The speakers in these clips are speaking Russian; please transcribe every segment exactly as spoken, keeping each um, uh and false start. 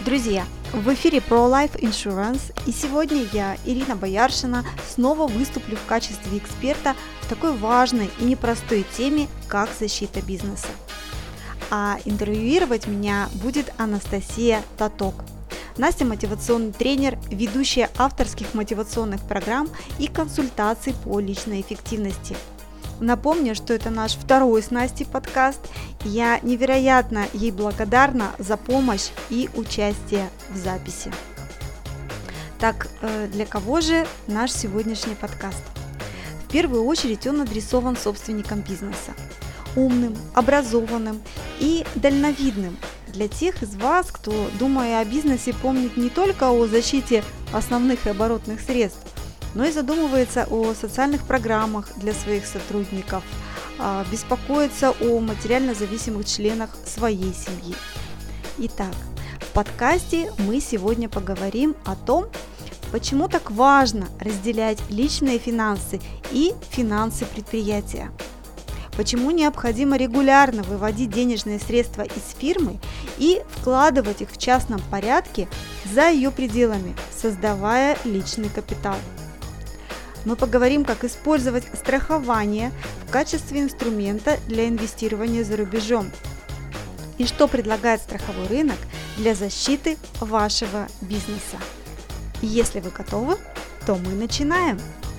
Друзья, в эфире ProLife Insurance, и сегодня я, Ирина Бояршина, снова выступлю в качестве эксперта в такой важной и непростой теме, как защита бизнеса. А интервьюировать меня будет Анастасия Таток. Настя – мотивационный тренер, ведущая авторских мотивационных программ и консультаций по личной эффективности. Напомню, что это наш второй с Настей подкаст. Я невероятно ей благодарна за помощь и участие в записи. Так, для кого же наш сегодняшний подкаст? В первую очередь он адресован собственникам бизнеса. Умным, образованным и дальновидным. Для тех из вас, кто, думая о бизнесе, помнит не только о защите основных и оборотных средств, но и задумывается о социальных программах для своих сотрудников, беспокоится о материально зависимых членах своей семьи. Итак, в подкасте мы сегодня поговорим о том, почему так важно разделять личные финансы и финансы предприятия. Почему необходимо регулярно выводить денежные средства из фирмы и вкладывать их в частном порядке за ее пределами, создавая личный капитал. Мы поговорим, как использовать страхование в качестве инструмента для инвестирования за рубежом и что предлагает страховой рынок для защиты вашего бизнеса. Если вы готовы, то мы начинаем.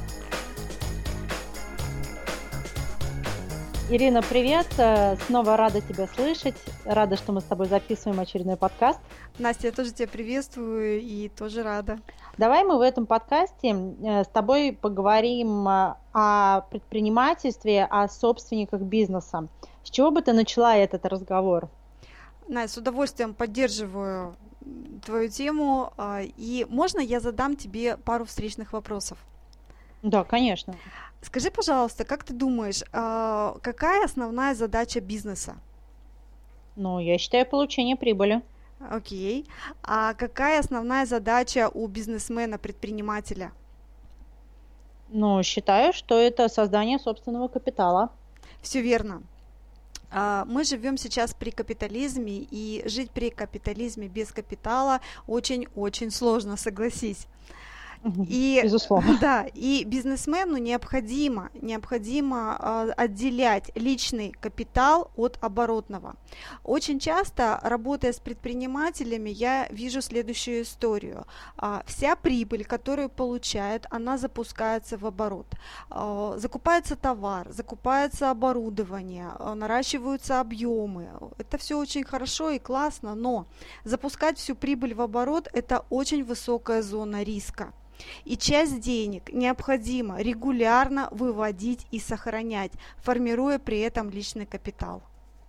Ирина, привет! Снова рада тебя слышать. Рада, что мы с тобой записываем очередной подкаст. Настя, я тоже тебя приветствую и тоже рада. Давай мы в этом подкасте с тобой поговорим о предпринимательстве, о собственниках бизнеса. С чего бы ты начала этот разговор? Настя, с удовольствием поддерживаю твою тему. И можно я задам тебе пару встречных вопросов? Да, конечно. Скажи, пожалуйста, как ты думаешь, какая основная задача бизнеса? Ну, я считаю, получение прибыли. Окей. А какая основная задача у бизнесмена-предпринимателя? Ну, считаю, что это создание собственного капитала. Все верно. Мы живем сейчас при капитализме, и жить при капитализме без капитала очень-очень сложно, согласись. И, Безусловно. Да, и бизнесмену необходимо, необходимо э, отделять личный капитал от оборотного. Очень часто, работая с предпринимателями, я вижу следующую историю. Э, вся прибыль, которую получает, она запускается в оборот. Э, закупается товар, закупается оборудование, э, наращиваются объемы. Это все очень хорошо и классно, но запускать всю прибыль в оборот – это очень высокая зона риска. И часть денег необходимо регулярно выводить и сохранять, формируя при этом личный капитал.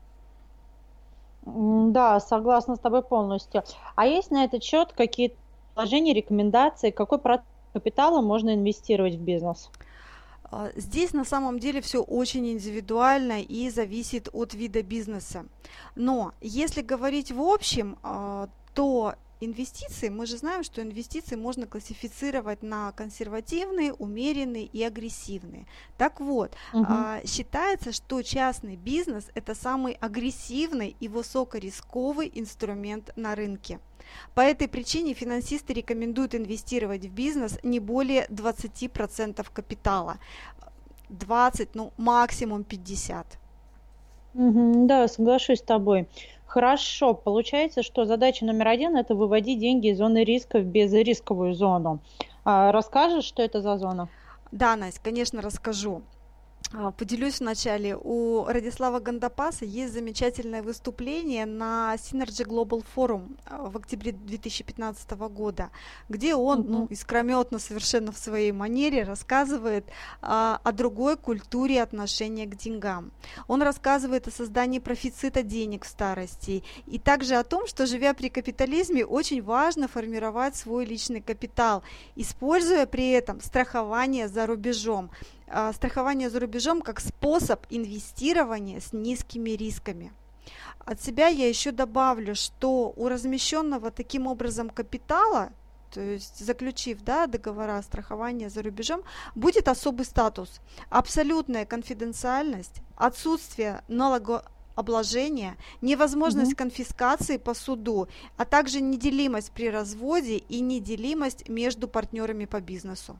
Да, согласна с тобой полностью. А есть на этот счет какие-то предложения, рекомендации, какой процент капитала можно инвестировать в бизнес? Здесь на самом деле все очень индивидуально и зависит от вида бизнеса. Но если говорить в общем, то инвестиции, мы же знаем, что инвестиции можно классифицировать на консервативные, умеренные и агрессивные. Так вот, угу. а, считается, что частный бизнес – это самый агрессивный и высокорисковый инструмент на рынке. По этой причине финансисты рекомендуют инвестировать в бизнес не более двадцать процентов капитала. двадцать, ну максимум пятьдесят. Угу, да, соглашусь с тобой. Хорошо, получается, что задача номер один – это выводить деньги из зоны риска в безрисковую зону. А расскажешь, что это за зона? Да, Настя, конечно, расскажу. Поделюсь вначале. У Радислава Гандапаса есть замечательное выступление на Synergy Global Forum в октябре две тысячи пятнадцатого года, где он, uh-huh. ну, искрометно совершенно в своей манере рассказывает а, о другой культуре отношения к деньгам. Он рассказывает о создании профицита денег в старости и также о том, что, живя при капитализме, очень важно формировать свой личный капитал, используя при этом страхование за рубежом. Страхование за рубежом как способ инвестирования с низкими рисками. От себя я еще добавлю, что у размещенного таким образом капитала, то есть заключив, да, договора страхования за рубежом, будет особый статус, абсолютная конфиденциальность, отсутствие налого, налогообложения, невозможность Мгм. конфискации по суду, а также неделимость при разводе и неделимость между партнерами по бизнесу.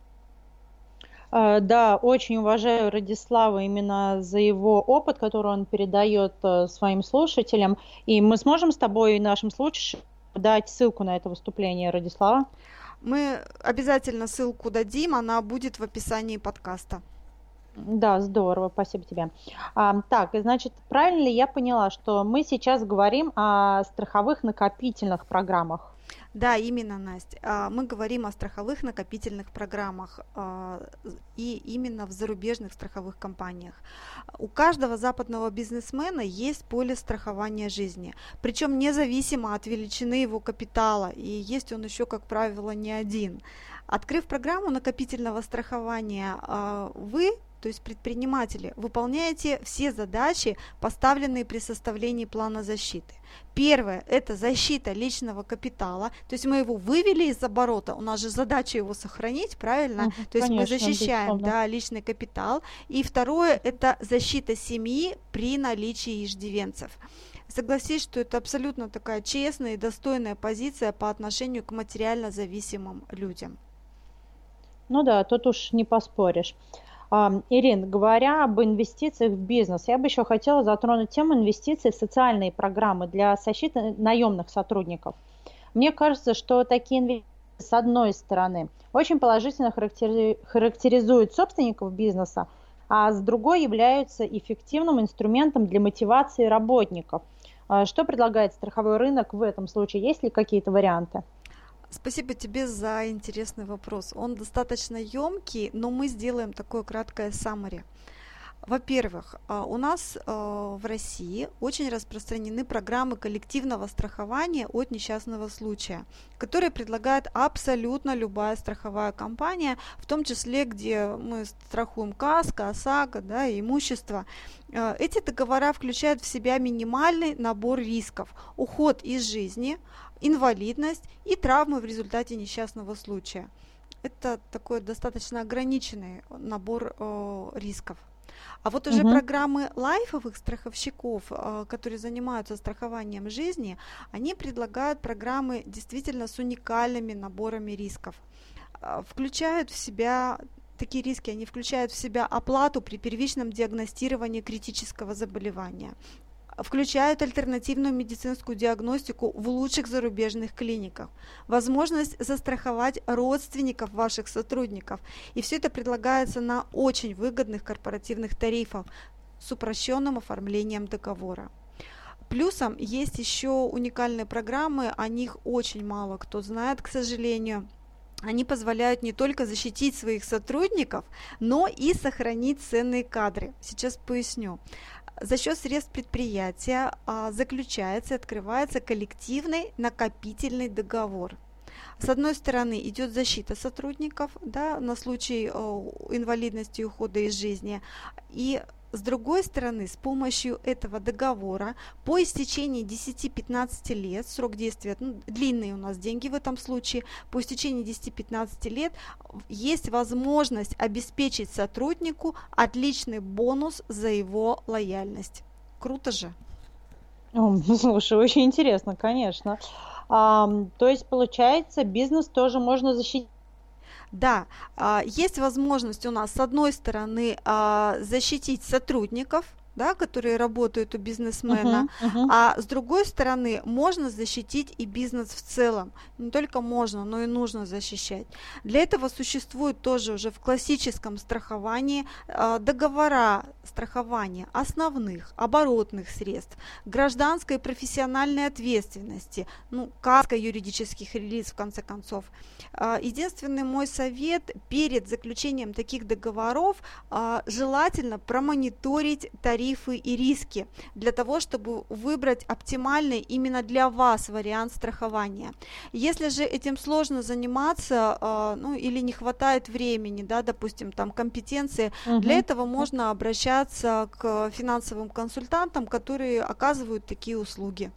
А, Да, очень уважаю Радислава именно за его опыт, который он передает э, своим слушателям. И мы сможем с тобой и нашим слушателям дать ссылку на это выступление Радислава? Мы обязательно ссылку дадим, она будет в описании подкаста. Да, здорово, спасибо тебе. А, так, и значит, правильно ли я поняла, что мы сейчас говорим о страховых накопительных программах? Да, именно, Настя. А, Мы говорим о страховых накопительных программах а, з- и именно в зарубежных страховых компаниях. У каждого западного бизнесмена есть полис страхования жизни, причем независимо от величины его капитала, и есть он еще, как правило, не один. Открыв программу накопительного страхования, а, вы, то есть предприниматели, выполняете все задачи, поставленные при составлении плана защиты. Первое – это защита личного капитала, то есть мы его вывели из оборота, у нас же задача его сохранить, правильно? Мгм, То есть мы конечно, защищаем, безусловно. да, личный капитал. И второе – это защита семьи при наличии иждивенцев. Согласись, что это абсолютно такая честная и достойная позиция по отношению к материально зависимым людям. Ну да, тут уж не поспоришь. Ам, Ирин, говоря об инвестициях в бизнес, я бы еще хотела затронуть тему инвестиций в социальные программы для защиты наемных сотрудников. Мне кажется, что такие инвестиции, с одной стороны, очень положительно характери- характеризуют собственников бизнеса, а с другой являются эффективным инструментом для мотивации работников. А Что предлагает страховой рынок в этом случае? Есть ли какие-то варианты? Спасибо тебе за интересный вопрос. Он достаточно емкий, но мы сделаем такое краткое summary. Во-первых, а, у нас а, в России очень распространены программы коллективного страхования от несчастного случая, которые предлагает абсолютно любая страховая компания, в том числе, где мы страхуем каско, ОСАГО, да, и имущество. А, Эти договора включают в себя минимальный набор рисков: уход из жизни, инвалидность и травмы в результате несчастного случая. Это такой достаточно ограниченный набор э, рисков. А вот уже Мгм. программы лайфовых страховщиков, э, которые занимаются страхованием жизни, они предлагают программы действительно с уникальными наборами рисков. А, Включают в себя такие риски, они включают в себя оплату при первичном диагностировании критического заболевания, включают альтернативную медицинскую диагностику в лучших зарубежных клиниках, возможность застраховать родственников ваших сотрудников. И все это предлагается на очень выгодных корпоративных тарифах с упрощенным оформлением договора. Плюсом есть еще уникальные программы, о них очень мало кто знает, к сожалению. Они позволяют не только защитить своих сотрудников, но и сохранить ценные кадры. Сейчас поясню. За счет средств предприятия а, заключается и открывается коллективный накопительный договор. С одной стороны идет защита сотрудников, да, на случай э, инвалидности и ухода из жизни, и с другой стороны, с помощью этого договора по истечении десяти-пятнадцати лет, срок действия, ну, длинные у нас деньги в этом случае, по истечении десяти-пятнадцати лет есть возможность обеспечить сотруднику отличный бонус за его лояльность. Круто же? М, Слушай, очень интересно, конечно. Ам, то есть, получается, бизнес тоже можно защитить. Да, а, есть возможность у нас, с одной стороны, а, защитить сотрудников, да, которые работают у бизнесмена, Мгм, мгм. а с другой стороны, можно защитить и бизнес в целом. Не только можно, но и нужно защищать. Для этого существует тоже уже в классическом страховании а, договора страхования основных, оборотных средств, гражданской и профессиональной ответственности, ну, каска юридических лиц, в конце концов. А, Единственный мой совет: перед заключением таких договоров а, желательно промониторить тарифы и риски для того, чтобы выбрать оптимальный именно для вас вариант страхования. Если же этим сложно заниматься, а, ну, или не хватает времени, да, допустим, там компетенции, для Мгм. этого можно обращаться к финансовым консультантам, которые оказывают такие услуги.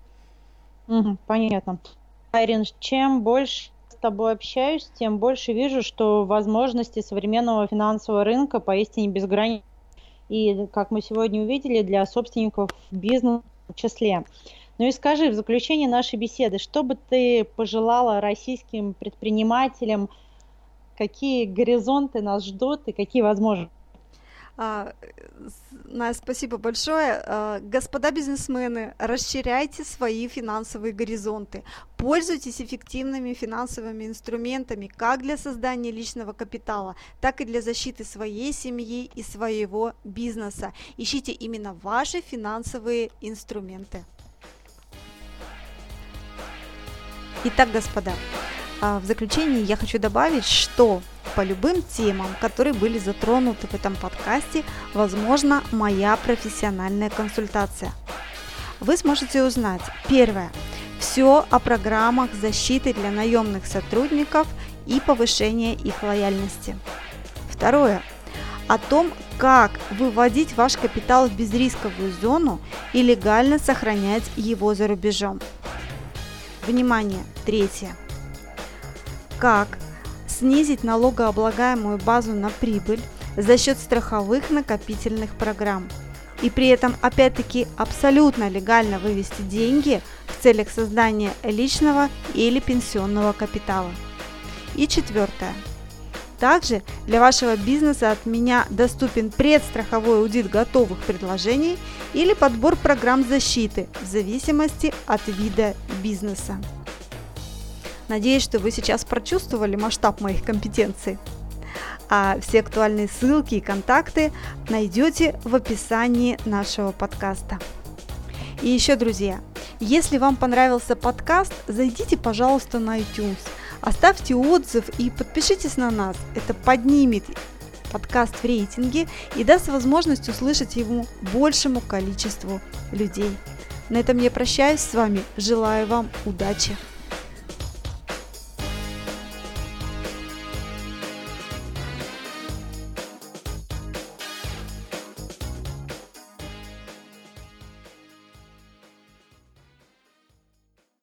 Мгм. Понятно. Айрин, чем больше с тобой общаюсь, тем больше вижу, что возможности современного финансового рынка поистине безграничны. и, как мы сегодня увидели, для собственников бизнеса в том числе. Ну и скажи, в заключение нашей беседы, что бы ты пожелала российским предпринимателям, какие горизонты нас ждут и какие возможности? А, с- Настя, спасибо большое. А, Господа бизнесмены, расширяйте свои финансовые горизонты. Пользуйтесь эффективными финансовыми инструментами как для создания личного капитала, так и для защиты своей семьи и своего бизнеса. Ищите именно ваши финансовые инструменты. Итак, господа, а, в заключение я хочу добавить, что по любым темам, которые были затронуты в этом подкасте, возможна моя профессиональная консультация. Вы сможете узнать: первое, все о программах защиты для наемных сотрудников и повышения их лояльности. Второе, о том, как выводить ваш капитал в безрисковую зону и легально сохранять его за рубежом. Внимание! Третье. Как снизить налогооблагаемую базу на прибыль за счет страховых накопительных программ и при этом опять-таки абсолютно легально вывести деньги в целях создания личного или пенсионного капитала. И четвертое. Также для вашего бизнеса от меня доступен предстраховой аудит готовых предложений или подбор программ защиты в зависимости от вида бизнеса. Надеюсь, что вы сейчас прочувствовали масштаб моих компетенций. А все актуальные ссылки и контакты найдете в описании нашего подкаста. И еще, друзья, если вам понравился подкаст, зайдите, пожалуйста, на iTunes, оставьте отзыв и подпишитесь на нас. Это поднимет подкаст в рейтинге и даст возможность услышать его большему количеству людей. На этом я прощаюсь с вами. Желаю вам удачи!